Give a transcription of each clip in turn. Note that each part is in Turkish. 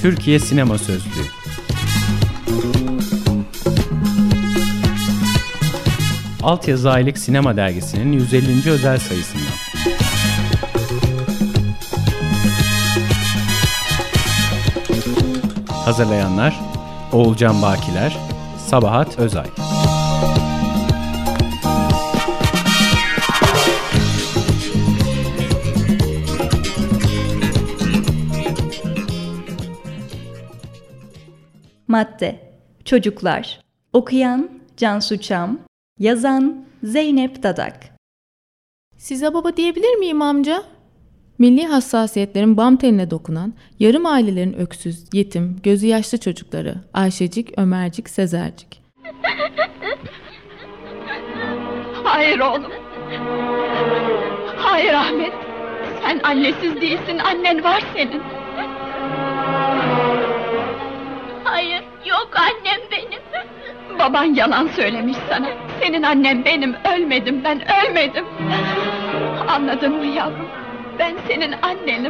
Türkiye Sinema Sözlüğü. Altyazı Aylık Sinema Dergisi'nin 150. özel sayısından. Hazırlayanlar Oğulcan Bakiler, Sabahat Özay. Madde: Çocuklar. Okuyan Cansu Çam, yazan Zeynep Dadak. Size baba diyebilir miyim amca? Milli hassasiyetlerin bam teline dokunan, yarım ailelerin öksüz, yetim, gözü yaşlı çocukları Ayşecik, Ömercik, Sezercik. Hayır oğlum. Hayır Ahmet. Sen annesiz değilsin, annen var senin. Hayır, yok annem benim. Baban yalan söylemiş sana. Senin annen benim, ölmedim ben, ölmedim. Anladın mı yavrum? Ben senin annenim.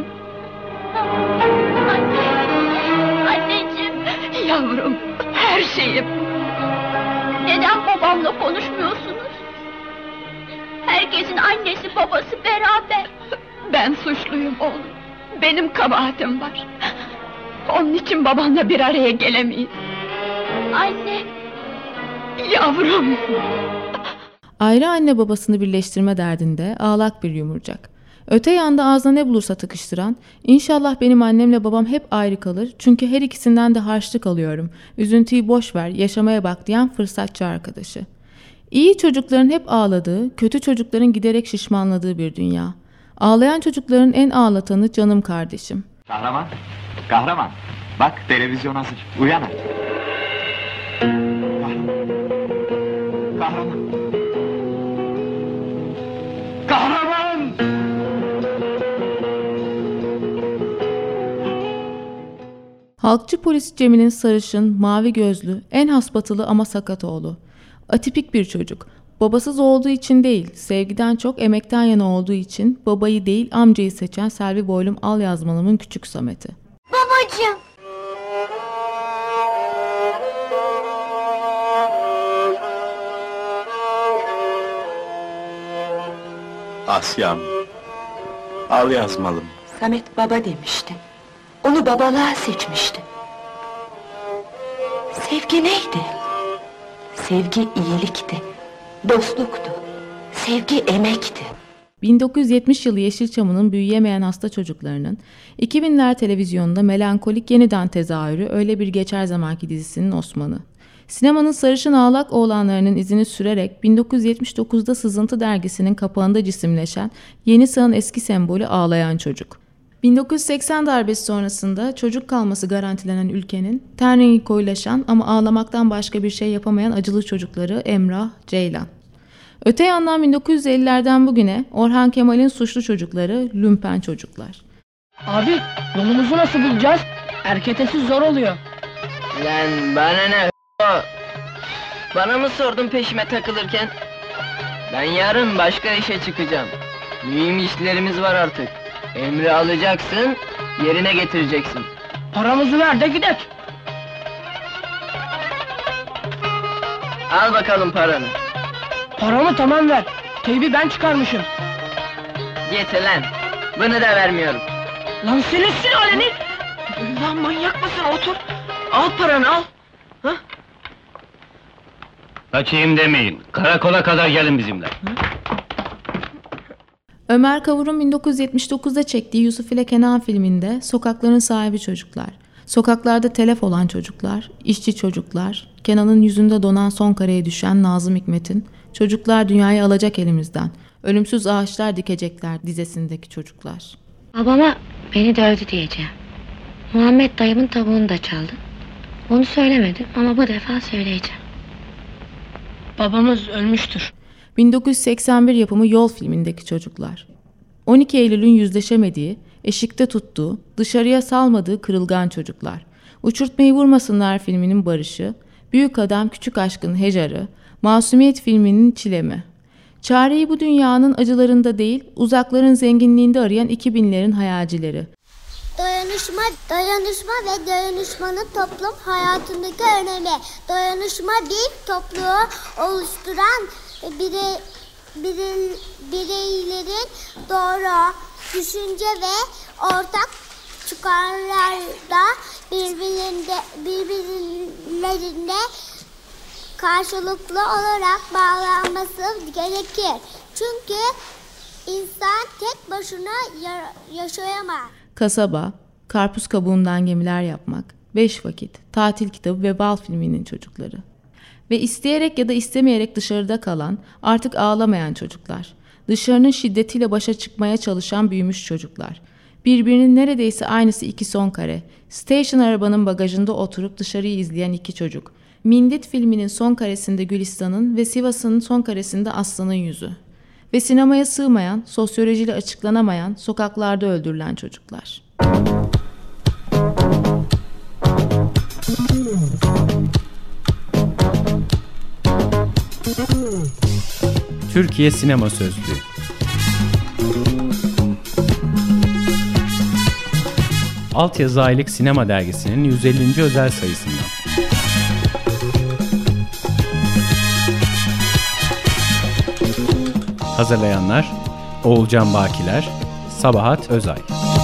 Anneciğim. Yavrum, her şeyim. Neden babamla konuşmuyorsunuz? Herkesin annesi babası beraber. Ben suçluyum oğlum. Benim kabahatim var. Onun için babanla bir araya gelemeyiz. Anne. Yavrum. Ayrı anne babasını birleştirme derdinde ağlak bir yumurcak. Öte yanda ağzına ne bulursa tıkıştıran, İnşallah benim annemle babam hep ayrı kalır çünkü her ikisinden de harçlık alıyorum, üzüntüyü boş ver, yaşamaya bak diyen fırsatçı arkadaşı. İyi çocukların hep ağladığı, kötü çocukların giderek şişmanladığı bir dünya. Ağlayan çocukların en ağlatanı canım kardeşim. Kahraman, kahraman. Bak televizyon hazır, uyan hadi. Kahraman. Kahraman! Halkçı polis Cemil'in sarışın, mavi gözlü, en hasbatılı ama sakat oğlu. Atipik bir çocuk. Babasız olduğu için değil, sevgiden çok emekten yana olduğu için babayı değil amcayı seçen Selvi Boylum Al Yazmalım'ın küçük Samet'i. Babacığım. Asya'm, Al Yazmalım. Samet baba demişti. Onu babalığa seçmişti. Sevgi neydi? Sevgi iyilikti, dostluktu. Sevgi emekti. 1970 yılı Yeşilçam'ın büyüyemeyen hasta çocuklarının 2000'ler televizyonunda melankolik yeniden tezahürü Öyle Bir Geçer Zamanki dizisinin Osman'ı. Sinemanın sarışın ağlak oğlanlarının izini sürerek 1979'da Sızıntı dergisinin kapağında cisimleşen yeni sağın eski sembolü ağlayan çocuk. 1980 darbesi sonrasında çocuk kalması garantilenen ülkenin ten rengi koyulaşan ama ağlamaktan başka bir şey yapamayan acılı çocukları Emrah, Ceylan. Öte yandan 1950'lerden bugüne Orhan Kemal'in suçlu çocukları lümpen çocuklar. Abi yolumuzu nasıl bulacağız? Erketesiz zor oluyor. Lan bana ne o? Bana mı sordun peşime takılırken? Ben yarın başka işe çıkacağım. Mühim işlerimiz var artık. Emri alacaksın, yerine getireceksin. Paramızı ver de gidek. Al bakalım paranı. Paramı tamam ver. Teybi ben çıkarmışım. Git lan, bunu da vermiyorum. Lan senin sülaleni! Lan manyak mısın, otur! Al paranı al! Ha? Kaçayım demeyin, karakola kadar gelin bizimle. Ömer Kavur'un 1979'da çektiği Yusuf ile Kenan filminde sokakların sahibi çocuklar, sokaklarda telef olan çocuklar, işçi çocuklar, Kenan'ın yüzünde donan son kareye düşen Nazım Hikmet'in Çocuklar Dünyayı Alacak Elimizden, Ölümsüz Ağaçlar Dikecekler dizesindeki çocuklar. Babama beni dövdü diyeceğim. Muhammed dayımın tavuğunu da çaldı. Onu söylemedim ama bu defa söyleyeceğim. Babamız ölmüştür. 1981 yapımı Yol filmindeki çocuklar. 12 Eylül'ün yüzleşemediği, eşikte tuttuğu, dışarıya salmadığı kırılgan çocuklar. Uçurtmayı Vurmasınlar filminin barışı, Büyük Adam Küçük Aşkın hecarı, Masumiyet filminin çilemi. Çareyi bu dünyanın acılarında değil, uzakların zenginliğinde arayan 2000'lerin hayalcileri. Dayan Dayanışma ve dayanışmanın toplum hayatındaki önemi. Dayanışma bir topluluğu oluşturan bireylerin doğru düşünce ve ortak çıkarlarda birbirlerine karşılıklı olarak bağlanması gerekir. Çünkü insan tek başına yaşayamaz. Kasaba, karpuz kabuğundan gemiler yapmak, 5 vakit, tatil kitabı ve bal filminin çocukları. Ve isteyerek ya da istemeyerek dışarıda kalan, artık ağlamayan çocuklar. Dışarının şiddetiyle başa çıkmaya çalışan büyümüş çocuklar. Birbirinin neredeyse aynısı iki son kare. Station arabanın bagajında oturup dışarıyı izleyen iki çocuk. Mindit filminin son karesinde Gülistan'ın ve Sivas'ın son karesinde Aslan'ın yüzü. Ve sinemaya sığmayan, sosyolojiyle açıklanamayan, sokaklarda öldürülen çocuklar. Türkiye Sinema Sözlüğü. Altyazı Aylık Sinema Dergisi'nin 150. özel sayısından. Hazırlayanlar Oğulcan Bakiler, Sabahat Özay.